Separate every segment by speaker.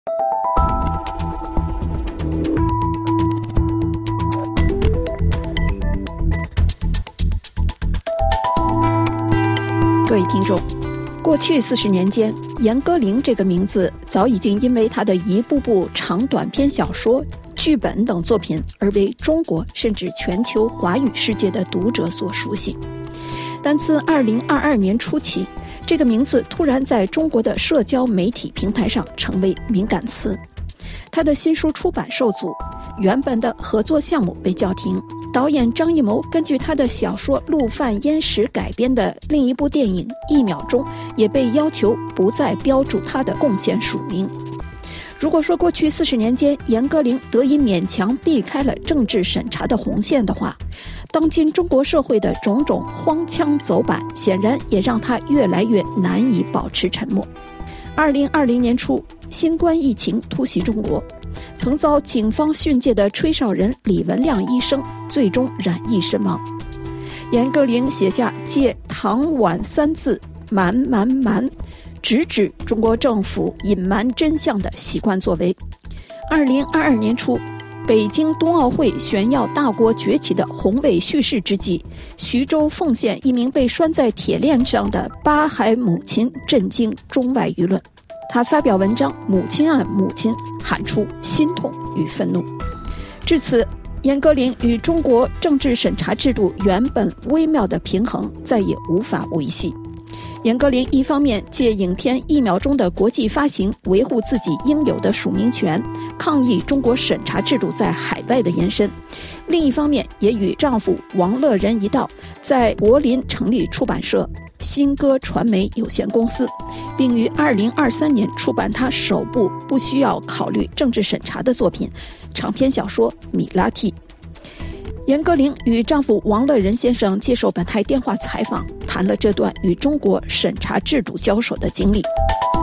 Speaker 1: 各位听众，过去40年间，严歌苓这个名字早已经因为他的一部部长短篇小说、剧本等作品而为中国甚至全球华语世界的读者所熟悉。但自2022年初起，这个名字突然在中国的社交媒体平台上成为敏感词。他的新书出版受阻，原本的合作项目被叫停。导演张艺谋根据他的小说《陆犯焉识》改编的另一部电影《1秒钟》也被要求不再标注他的贡献署名。如果说过去40年间严歌苓得以勉强避开了政治审查的红线的话，当今中国社会的种种荒腔走板显然也让他越来越难以保持沉默。2020年初，新冠疫情突袭中国，曾遭警方训诫的吹哨人李文亮医生最终染疫身亡。严歌苓写下借唐婉3字瞒瞒瞒，直指中国政府隐瞒真相的习惯作为。2022年初，北京冬奥会炫耀大国崛起的宏伟叙事之际，徐州凤县一名被拴在铁链上的巴海母亲震惊中外舆论。他发表文章《母亲啊母亲》，喊出心痛与愤怒。至此，严歌苓与中国政治审查制度原本微妙的平衡再也无法维系。严歌苓一方面借影片《1秒钟》的国际发行维护自己应有的署名权，抗议中国审查制度在海外的延伸；另一方面也与丈夫王乐仁一道，在柏林成立出版社新歌传媒有限公司，并于2023年出版他首部不需要考虑政治审查的作品——长篇小说《米拉蒂》。严歌苓与丈夫王乐仁先生接受本台电话采访，谈了这段与中国审查制度交手的经历。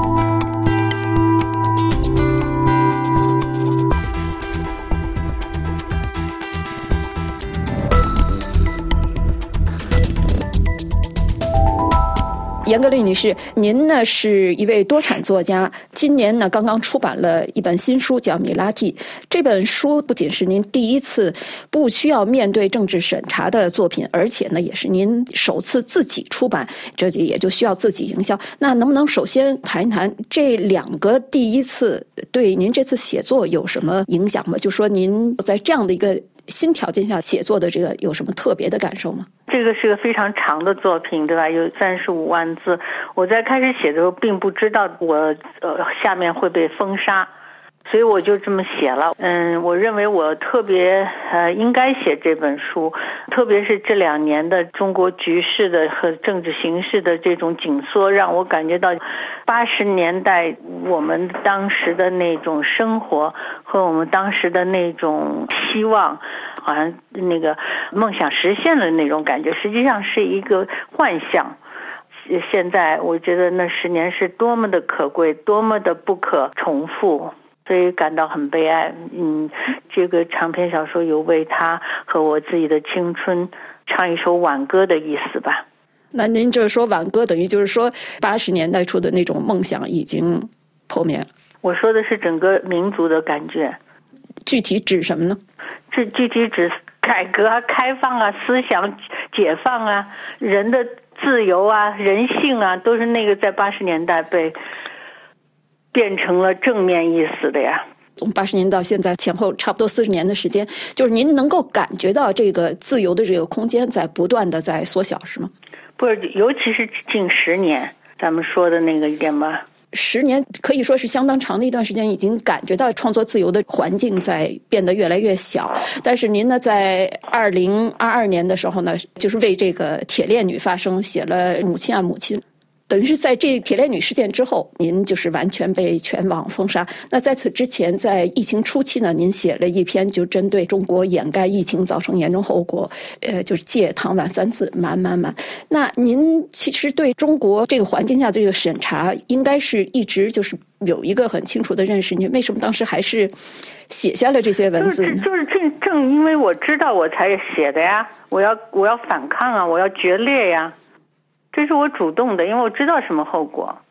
Speaker 1: 严歌苓女士，您呢是一位多产作家，今年呢刚刚出版了一本新书，叫《米拉蒂》。这本书不仅是您第一次不需要面对政治审查的作品，而且呢也是您首次自己出版，这也就需要自己营销。那能不能首先谈一谈这2个第一次对您这次写作有什么影响吗？就说您在这样的一个新条件下写作的这个有什么特别的感受吗？
Speaker 2: 这个是个非常长的作品，对吧？有35万字。我在开始写的时候并不知道我下面会被封杀，所以我就这么写了。我认为我特别应该写这本书，特别是这2年的中国局势的和政治形势的这种紧缩，让我感觉到80年代我们当时的那种生活和我们当时的那种希望，好像那个梦想实现了那种感觉，实际上是一个幻象。现在我觉得那10年是多么的可贵，多么的不可重复，所以感到很悲哀。这个长篇小说有为他和我自己的青春唱一首挽歌的意思吧。
Speaker 1: 那您就是说挽歌，等于就是说80年代初的那种梦想已经破灭了。
Speaker 2: 我说的是整个民族的感觉。
Speaker 1: 具体指什么呢？
Speaker 2: 这具体指改革啊、开放啊、思想解放啊、人的自由啊、人性啊，都是那个在80年代被变成了正面意思的呀。
Speaker 1: 从80年到现在前后差不多40年的时间，就是您能够感觉到这个自由的这个空间在不断的在缩小，是吗？
Speaker 2: 不是，尤其是近10年，咱们说的那个一点吧。
Speaker 1: 10年可以说是相当长的一段时间，已经感觉到创作自由的环境在变得越来越小。但是您呢，在2022年的时候呢，就是为这个铁链女发声，写了《母亲啊母亲》。等于是在这铁链女事件之后，您就是完全被全网封杀。那在此之前，在疫情初期呢，您写了一篇就针对中国掩盖疫情造成严重后果，就是借唐婉3字瞒瞒瞒。那您其实对中国这个环境下这个审查，应该是一直就是有一个很清楚的认识。你为什么当时还是写下了这些文字呢？
Speaker 2: 就是正因为我知道我才写的呀，我要反抗啊，我要决裂呀。这是我主动的，因为我知道什么后果。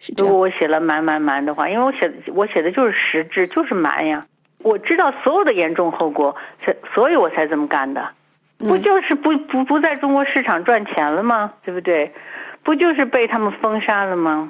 Speaker 2: 如果我写了满的话，因为我写的就是实质，就是满呀。我知道所有的严重后果，所以我才这么干的。不就是不在中国市场赚钱了吗？对不对？不就是被他们封杀了吗？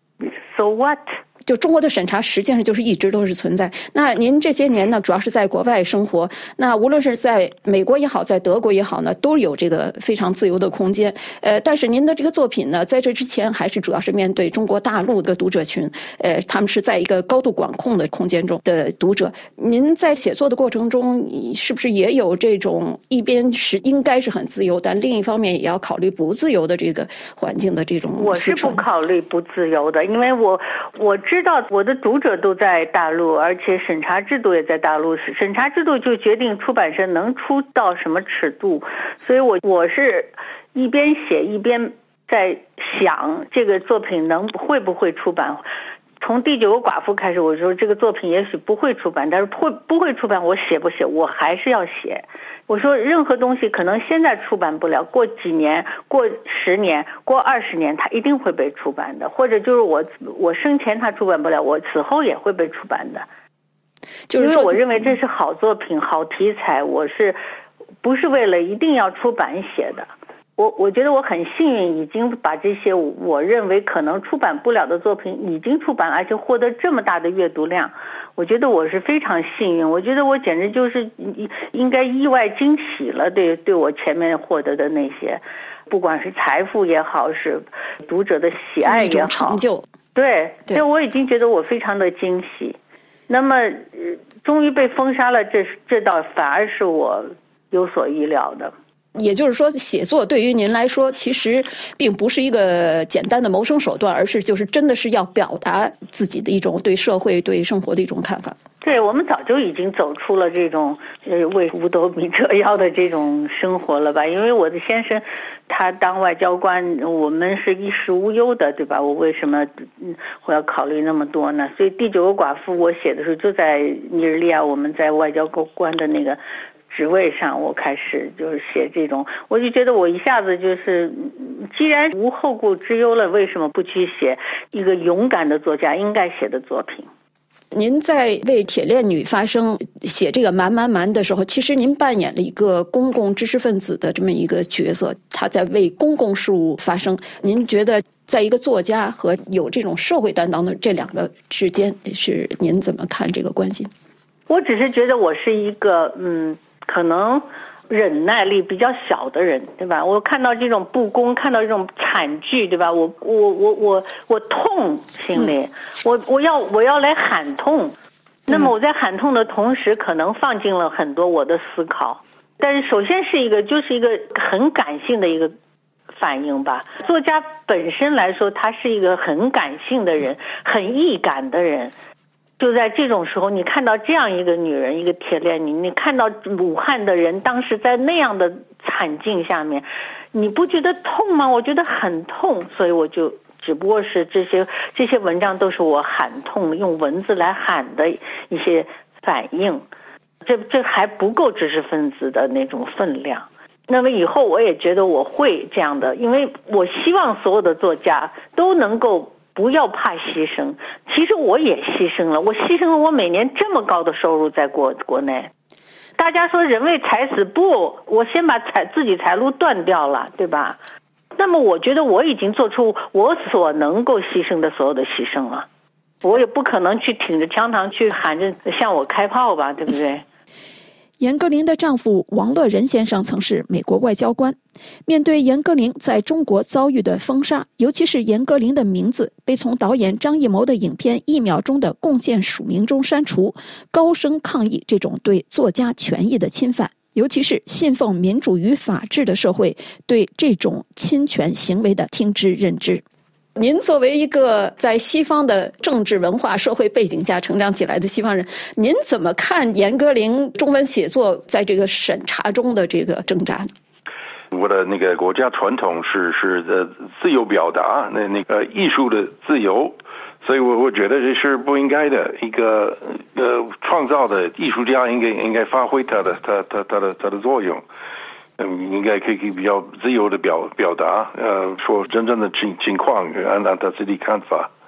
Speaker 2: So what？
Speaker 1: 就中国的审查实际上就是一直都是存在。那您这些年呢，主要是在国外生活，那无论是在美国也好，在德国也好呢，都有这个非常自由的空间。但是您的这个作品呢，在这之前还是主要是面对中国大陆的读者群，他们是在一个高度管控的空间中的读者。您在写作的过程中，是不是也有这种一边是应该是很自由，但另一方面也要考虑不自由的这个环境的这种？
Speaker 2: 我是不考虑不自由的，因为我知道我的读者都在大陆，而且审查制度也在大陆，审查制度就决定出版社能出到什么尺度，所以我是一边写一边在想这个作品会不会出版。从第9个寡妇开始，我说这个作品也许不会出版，但是不会出版，我写不写我还是要写。我说任何东西可能现在出版不了，过几年，过10年，过20年，它一定会被出版的，或者就是我生前它出版不了，我死后也会被出版的。就是说，因为我认为这是好作品、好题材，我是不是为了一定要出版写的？我觉得我很幸运，已经把这些我认为可能出版不了的作品已经出版了，而且获得这么大的阅读量，我觉得我是非常幸运。我觉得我简直就是应该意外惊喜了，对我前面获得的那些，不管是财富也好，是读者的喜爱也好，
Speaker 1: 成就。
Speaker 2: 对，我已经觉得我非常的惊喜。那么终于被封杀了，这倒反而是我有所意料的。
Speaker 1: 也就是说，写作对于您来说，其实并不是一个简单的谋生手段，而是就是真的是要表达自己的一种对社会、对生活的一种看法。
Speaker 2: 对，我们早就已经走出了这种为五斗米折腰的这种生活了吧？因为我的先生他当外交官，我们是衣食无忧的，对吧？我为什么我要考虑那么多呢？所以第9个寡妇我写的时候就在尼日利亚，我们在外交官的那个职位上，我开始就是写这种，我就觉得我一下子就是，既然无后顾之忧了，为什么不去写一个勇敢的作家应该写的作品？
Speaker 1: 您在为铁链女发声写这个瞒的时候，其实您扮演了一个公共知识分子的这么一个角色，他在为公共事务发声。您觉得在一个作家和有这种社会担当的这两个之间，是您怎么看这个关系？
Speaker 2: 我只是觉得我是一个可能忍耐力比较小的人，对吧？我看到这种不公，看到这种惨剧，对吧？我痛心里，我要来喊痛。那么我在喊痛的同时，可能放进了很多我的思考。但是首先就是一个很感性的一个反应吧。作家本身来说，他是一个很感性的人，很易感的人。就在这种时候，你看到这样一个女人，一个铁链女，你看到武汉的人当时在那样的惨境下面，你不觉得痛吗？我觉得很痛，所以我就只不过是这些文章都是我喊痛，用文字来喊的一些反应，这还不够知识分子的那种分量。那么以后我也觉得我会这样的，因为我希望所有的作家都能够不要怕牺牲。其实我也牺牲了，我牺牲了我每年这么高的收入在国内。大家说人为财死，不，我先把自己财路断掉了，对吧？那么我觉得我已经做出我所能够牺牲的所有的牺牲了，我也不可能去挺着枪膛去喊着向我开炮吧，对不对？
Speaker 1: 严歌苓的丈夫王乐仁先生曾是美国外交官，面对严歌苓在中国遭遇的封杀，尤其是严歌苓的名字被从导演张艺谋的影片《1秒钟的贡献》署名中删除，高声抗议这种对作家权益的侵犯，尤其是信奉民主与法治的社会对这种侵权行为的听之任之。您作为一个在西方的政治文化社会背景下成长起来的西方人，您怎么看严歌苓中文写作在这个审查中的这个挣扎呢？
Speaker 3: 我的那个国家传统是自由表达，那个艺术的自由，所以我觉得这是不应该的。一个创造的艺术家应该发挥他的作用。应该可以比较自由的表达，说真正的情况，按他自己看法。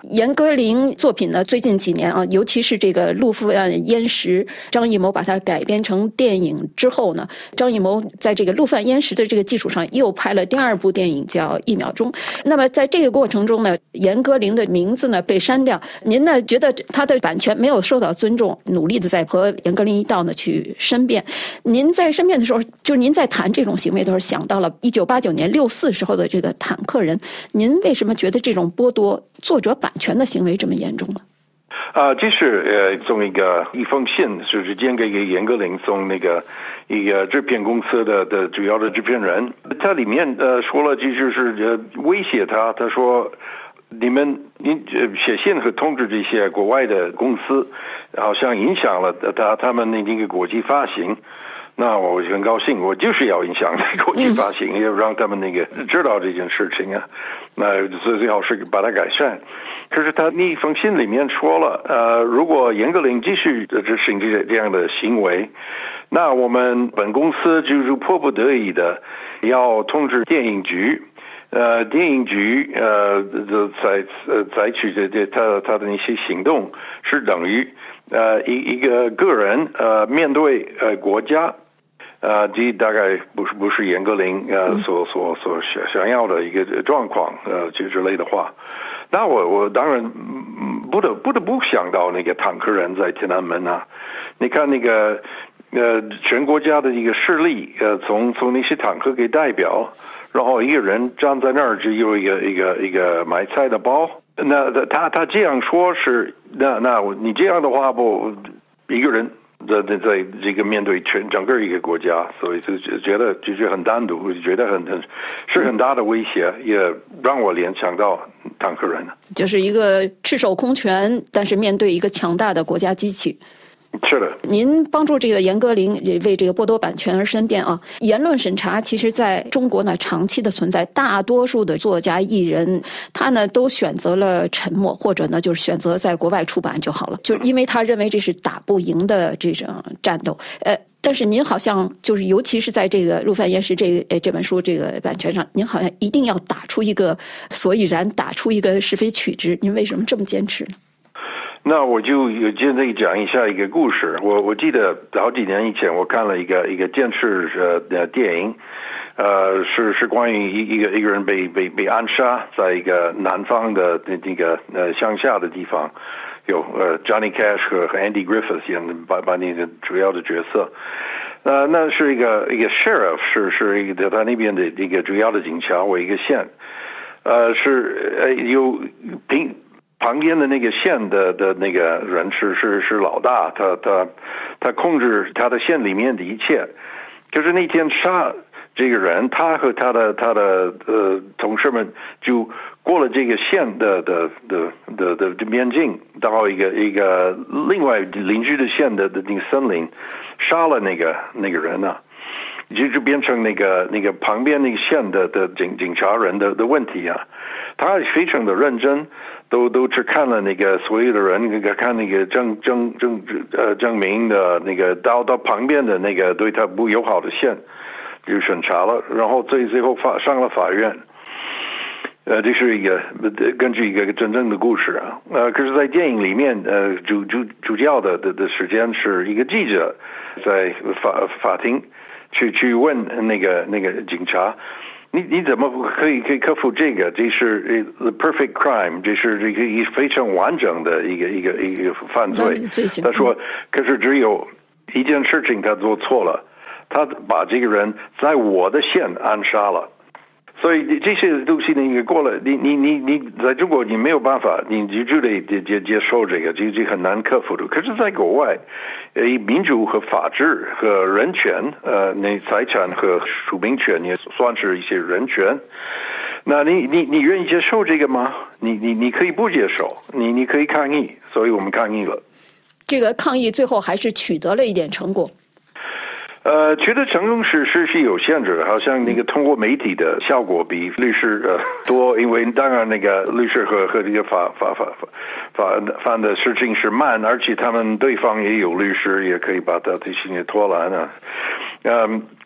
Speaker 1: 严歌苓作品呢，最近几年啊，尤其是这个陆父案焉识，张艺谋把它改编成电影之后呢，张艺谋在这个陆父案焉识的这个基础上，又拍了第二部电影叫《1秒钟》。那么在这个过程中呢，严歌苓的名字呢被删掉，您呢觉得他的版权没有受到尊重，努力的在和严歌苓一道呢去申辩。您在申辩的时候，就是您在谈这种行为的时候，想到了1989年6·4时候的这个坦克人，您为什么觉得这种剥夺作者版权的行为这么严重呢？
Speaker 3: 这是从一封信是直接给严歌苓，从一个制片公司的主要的制片人，他里面说了，就是威胁他说您写信和通知这些国外的公司，好像影响了他们那个国际发行。那我很高兴，我就是要影响国际发行，要让他们知道这件事情啊。那最好是把它改善。可是他那封信里面说了，如果严歌苓继续执行这样的行为，那我们本公司就是迫不得已的要通知电影局。电影局采取他的那些行动，是等于一个个人面对国家。这大概不是严歌苓所想要的一个状况就之类的话。那我当然不得不想到那个坦克人在天安门啊。你看全国家的一个势力从那些坦克给代表，然后一个人站在那儿只有一个买菜的包。那他这样说是那你这样的话不一个人在这个面对整个一个国家，所以就觉得就是很单独，觉得是很大的威胁，也让我联想到坦克人，
Speaker 1: 就是一个赤手空拳，但是面对一个强大的国家机器。
Speaker 3: 是的，
Speaker 1: 您帮助这个严歌苓为这个剥夺版权而申辩啊。言论审查其实在中国呢长期的存在，大多数的作家艺人他呢都选择了沉默，或者呢就是选择在国外出版就好了，就因为他认为这是打不赢的这种战斗。但是您好像就是尤其是在这个陆父案焉识这本书这个版权上，您好像一定要打出一个所以然，打出一个是非曲直，您为什么这么坚持呢？
Speaker 3: 那我就现在讲一下一个故事。我记得好几年以前我看了一个电视电影，是关于一个人被暗杀在一个南方的那个乡下的地方，有Johnny Cash 和 Andy Griffith 演把那个主要的角色。那是一个 sheriff， 是一个他那边的一个主要的警察为一个县，是有旁边的那个县的那个人是老大，他控制他的县里面的一切。就是那天杀这个人，他和他的同事们就过了这个县的边境，到一个另外邻居的县的那个森林，杀了那个人啊。就变成那个旁边那个县的警察人的问题啊。他非常的认真，都只看了那个所有的人，看那个证明的那个到旁边的那个对他不友好的县就审查了，然后最后上了法院。这是根据一个真正的故事啊。可是在电影里面，主要的时间是一个记者在法庭去问那个警察，你怎么可以克服这个？这是 the perfect crime， 这是这个非常完整的一个犯罪。他说，可是只有一件事情他做错了，他把这个人在我的县暗杀了。所以这些东西你过了，你在中国你没有办法，你就得接受这个，这很难克服的。可是在国外，民主和法治和人权，那财产和署名权也算是一些人权。那你愿意接受这个吗？你可以不接受，你可以抗议，所以我们抗议了。
Speaker 1: 这个抗议最后还是取得了一点成果。
Speaker 3: 觉得成功是有限制的，好像那个通过媒体的效果比律师多，因为当然那个律师和这个法的事情是慢，而且他们对方也有律师，也可以把他这些拖拦啊。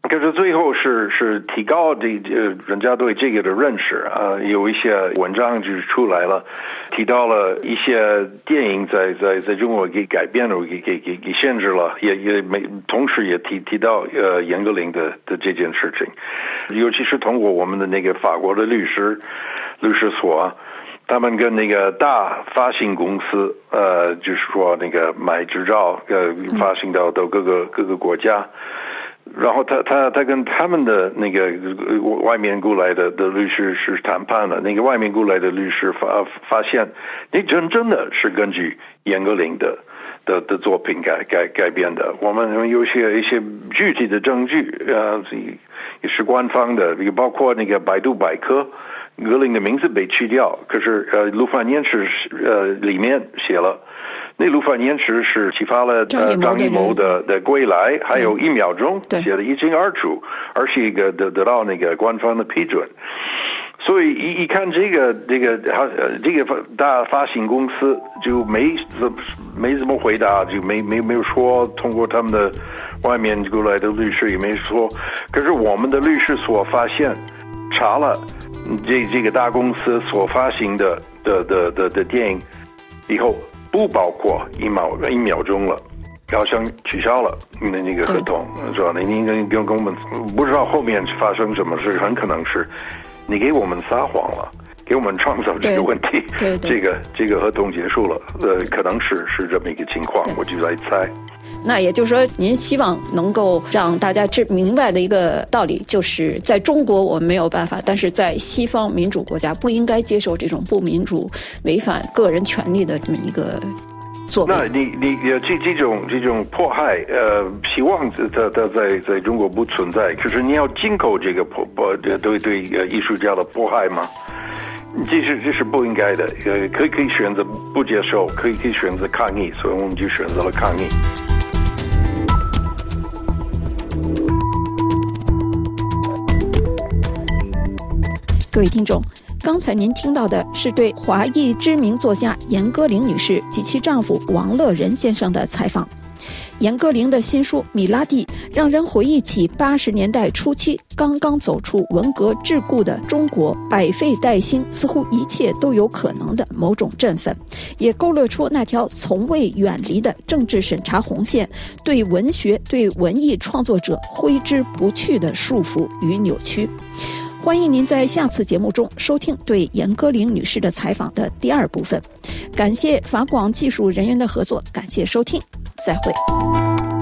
Speaker 3: 可是最后是提高人家对这个的认识啊，有一些文章就是出来了，提到了一些电影在中国给改变了，给限制了，同时也提到严歌苓的这件事情，尤其是通过我们的那个法国的律师所。他们跟那个大发行公司，就是说那个买执照，发行到各个国家，然后他跟他们的那个外面过来的律师是谈判了，那个外面过来的律师发现，你真的是根据严歌苓的作品改编的，我们有一些具体的证据，也是官方的，包括那个百度百科。歌苓的名字被去掉，可是陆凡言迟里面写了，那陆凡言迟是启发了张艺谋的归来，还有1秒钟写的一清二楚，而是一个得到那个官方的批准。所以一看这个大发行公司就没怎么回答，就没有说通过他们的外面过来的律师也没说，可是我们的律师所发现查了。这个大公司所发行的电影以后不包括一秒钟了，好像取消了那个合同，是吧？你跟我们不知道后面发生什么事，很可能是你给我们撒谎了，给我们创造这个问题。
Speaker 1: 对，
Speaker 3: 这个合同结束了，可能是这么一个情况，我就在猜。
Speaker 1: 那也就是说，您希望能够让大家明白的一个道理，就是在中国我们没有办法，但是在西方民主国家不应该接受这种不民主、违反个人权利的这么一个作为。那
Speaker 3: 你这种迫害，希望在中国不存在。可是你要进口这个对艺术家的迫害吗？这是不应该的。可以选择不接受，可以选择抗议，所以我们就选择了抗议。
Speaker 1: 各位听众，刚才您听到的是对华裔知名作家严歌苓女士及其丈夫王乐仁先生的采访。严歌苓的新书《米拉蒂》让人回忆起80年代初期刚刚走出文革桎梏的中国，百废待兴，似乎一切都有可能的某种振奋，也勾勒出那条从未远离的政治审查红线，对文学、对文艺创作者挥之不去的束缚与扭曲。欢迎您在下次节目中收听对严歌苓女士的采访的第2部分。感谢法广技术人员的合作，感谢收听，再会。